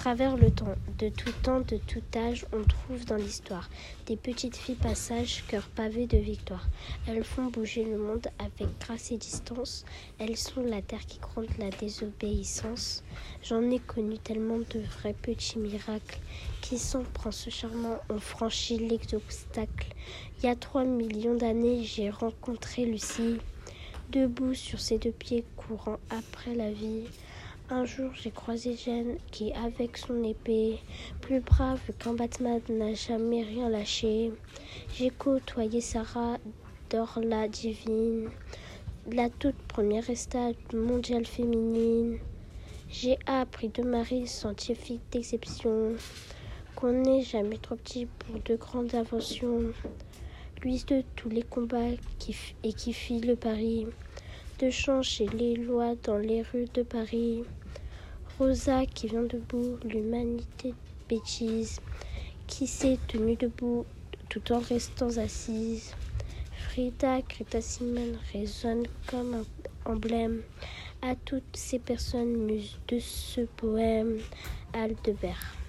travers le temps, de tout âge, on trouve dans l'histoire des petites filles passages, cœurs pavés de victoire. Elles font bouger le monde avec grâce et distance. Elles sont la terre qui gronde la désobéissance. J'en ai connu tellement de vrais petits miracles qui, sans prince charmant, ont franchi les obstacles. Il y a 3 millions d'années, j'ai rencontré Lucie, debout sur ses 2 pieds, courant après la vie. Un jour, j'ai croisé Jeanne qui, avec son épée, plus brave qu'un Batman, n'a jamais rien lâché. J'ai côtoyé Sarah d'Orla divine, la toute première estade mondiale féminine. J'ai appris de Marie, scientifique d'exception, qu'on n'est jamais trop petit pour de grandes inventions. Lui de tous les combats qui fit le pari de changer les lois dans les rues de Paris. Rosa qui vient debout, l'humanité bêtise, qui s'est tenue debout tout en restant assise. Frida, Greta, Simone résonnent comme un emblème à toutes ces personnes muses de ce poème. Aldebert.